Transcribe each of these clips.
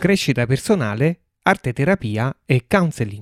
crescita personale, arte terapia e counseling.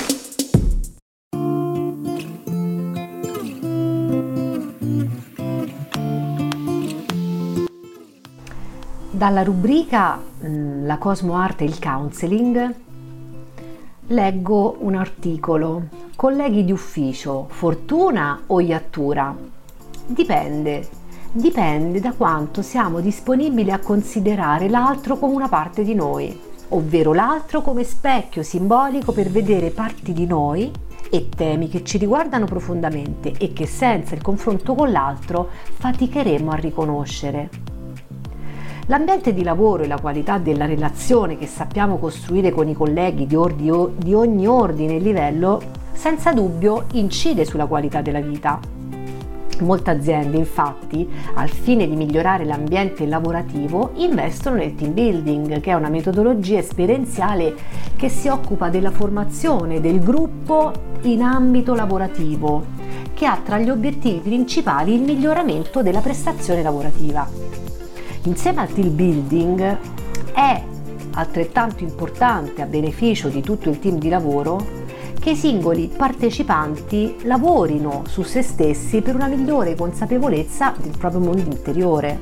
Dalla rubrica La Cosmo Arte e il Counseling leggo un articolo: colleghi di ufficio, fortuna o iattura? Dipende da quanto siamo disponibili a considerare l'altro come una parte di noi, ovvero l'altro come specchio simbolico per vedere parti di noi e temi che ci riguardano profondamente e che senza il confronto con l'altro faticheremo a riconoscere. L'ambiente di lavoro e la qualità della relazione che sappiamo costruire con i colleghi di ogni ordine e livello senza dubbio incide sulla qualità della vita. Molte aziende, infatti, al fine di migliorare l'ambiente lavorativo, investono nel team building, che è una metodologia esperienziale che si occupa della formazione del gruppo in ambito lavorativo, che ha tra gli obiettivi principali il miglioramento della prestazione lavorativa. Insieme al team building è altrettanto importante, a beneficio di tutto il team di lavoro, che i singoli partecipanti lavorino su se stessi per una migliore consapevolezza del proprio mondo interiore.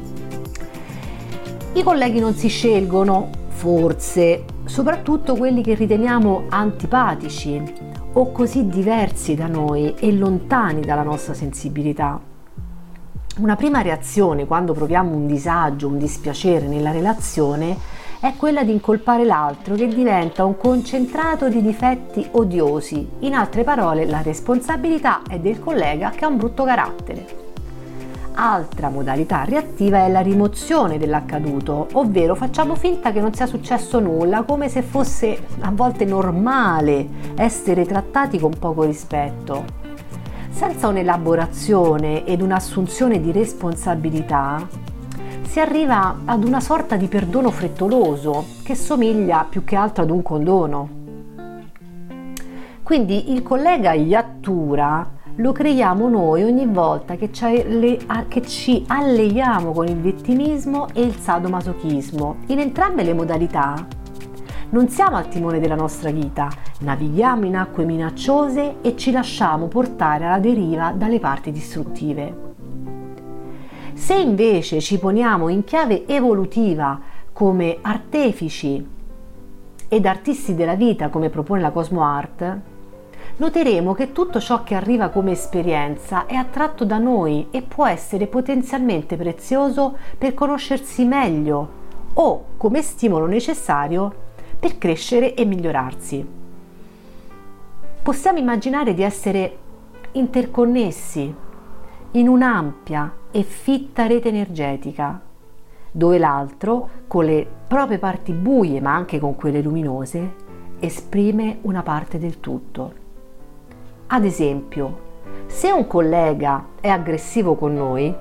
I colleghi non si scelgono, forse, soprattutto quelli che riteniamo antipatici o così diversi da noi e lontani dalla nostra sensibilità. Una prima reazione quando proviamo un disagio, un dispiacere nella relazione è quella di incolpare l'altro, che diventa un concentrato di difetti odiosi. In altre parole, la responsabilità è del collega che ha un brutto carattere. Altra modalità reattiva è la rimozione dell'accaduto, ovvero facciamo finta che non sia successo nulla, come se fosse a volte normale essere trattati con poco rispetto. Senza un'elaborazione ed un'assunzione di responsabilità si arriva ad una sorta di perdono frettoloso che somiglia più che altro ad un condono. Quindi il collega iattura lo creiamo noi ogni volta che ci alleiamo con il vittimismo e il sadomasochismo. In entrambe le modalità non siamo al timone della nostra vita, navighiamo in acque minacciose e ci lasciamo portare alla deriva dalle parti distruttive. Se invece ci poniamo in chiave evolutiva come artefici ed artisti della vita, come propone la Cosmo Art, noteremo che tutto ciò che arriva come esperienza è attratto da noi e può essere potenzialmente prezioso per conoscersi meglio o come stimolo necessario per crescere e migliorarsi. Possiamo immaginare di essere interconnessi in un'ampia e fitta rete energetica, dove l'altro, con le proprie parti buie ma anche con quelle luminose, esprime una parte del tutto. Ad esempio, se un collega è aggressivo con noi,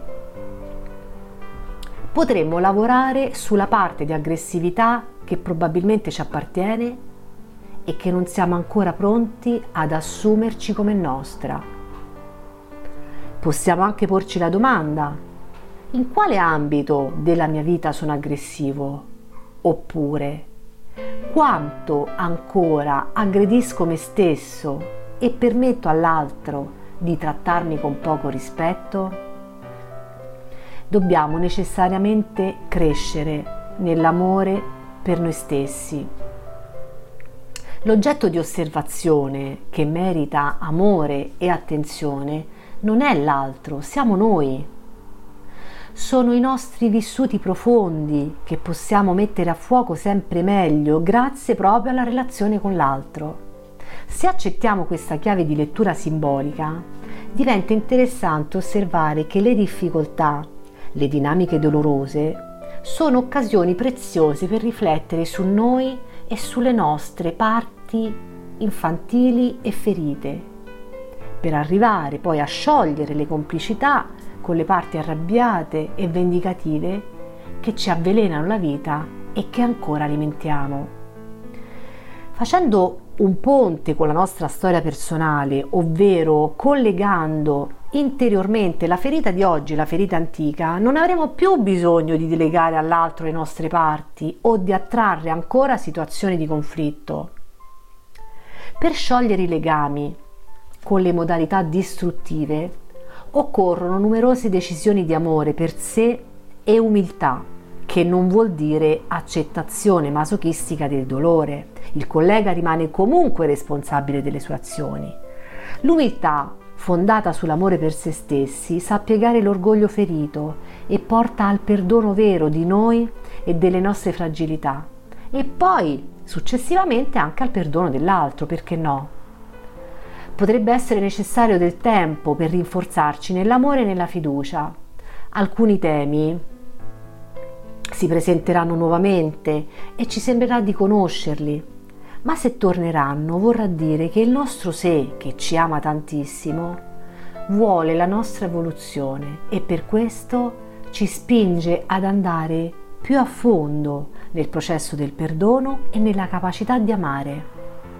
potremmo lavorare sulla parte di aggressività che probabilmente ci appartiene e che non siamo ancora pronti ad assumerci come nostra. Possiamo anche porci la domanda: in quale ambito della mia vita sono aggressivo? Oppure, quanto ancora aggredisco me stesso e permetto all'altro di trattarmi con poco rispetto? Dobbiamo necessariamente crescere nell'amore per noi stessi. L'oggetto di osservazione che merita amore e attenzione non è l'altro, siamo noi. Sono i nostri vissuti profondi che possiamo mettere a fuoco sempre meglio grazie proprio alla relazione con l'altro. Se accettiamo questa chiave di lettura simbolica, diventa interessante osservare che le difficoltà, le dinamiche dolorose, sono occasioni preziose per riflettere su noi e sulle nostre parti infantili e ferite, per arrivare poi a sciogliere le complicità con le parti arrabbiate e vendicative che ci avvelenano la vita e che ancora alimentiamo. Facendo un ponte con la nostra storia personale, ovvero collegando interiormente la ferita di oggi, la ferita antica, non avremo più bisogno di delegare all'altro le nostre parti o di attrarre ancora situazioni di conflitto. Per sciogliere i legami con le modalità distruttive occorrono numerose decisioni di amore per sé e umiltà, che non vuol dire accettazione masochistica del dolore. Il collega rimane comunque responsabile delle sue azioni. L'umiltà, fondata sull'amore per se stessi, sa piegare l'orgoglio ferito e porta al perdono vero di noi e delle nostre fragilità, e poi successivamente anche al perdono dell'altro, perché no? Potrebbe essere necessario del tempo per rinforzarci nell'amore e nella fiducia. Alcuni temi si presenteranno nuovamente e ci sembrerà di conoscerli, ma se torneranno vorrà dire che il nostro sé, che ci ama tantissimo, vuole la nostra evoluzione e per questo ci spinge ad andare più a fondo nel processo del perdono e nella capacità di amare.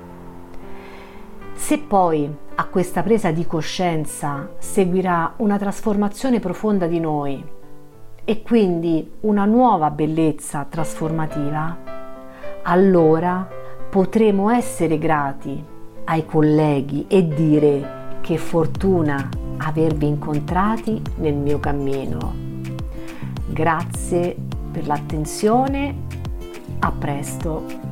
Se poi a questa presa di coscienza seguirà una trasformazione profonda di noi e quindi una nuova bellezza trasformativa, allora potremo essere grati ai colleghi e dire: che fortuna avervi incontrati nel mio cammino. Grazie per l'attenzione, a presto.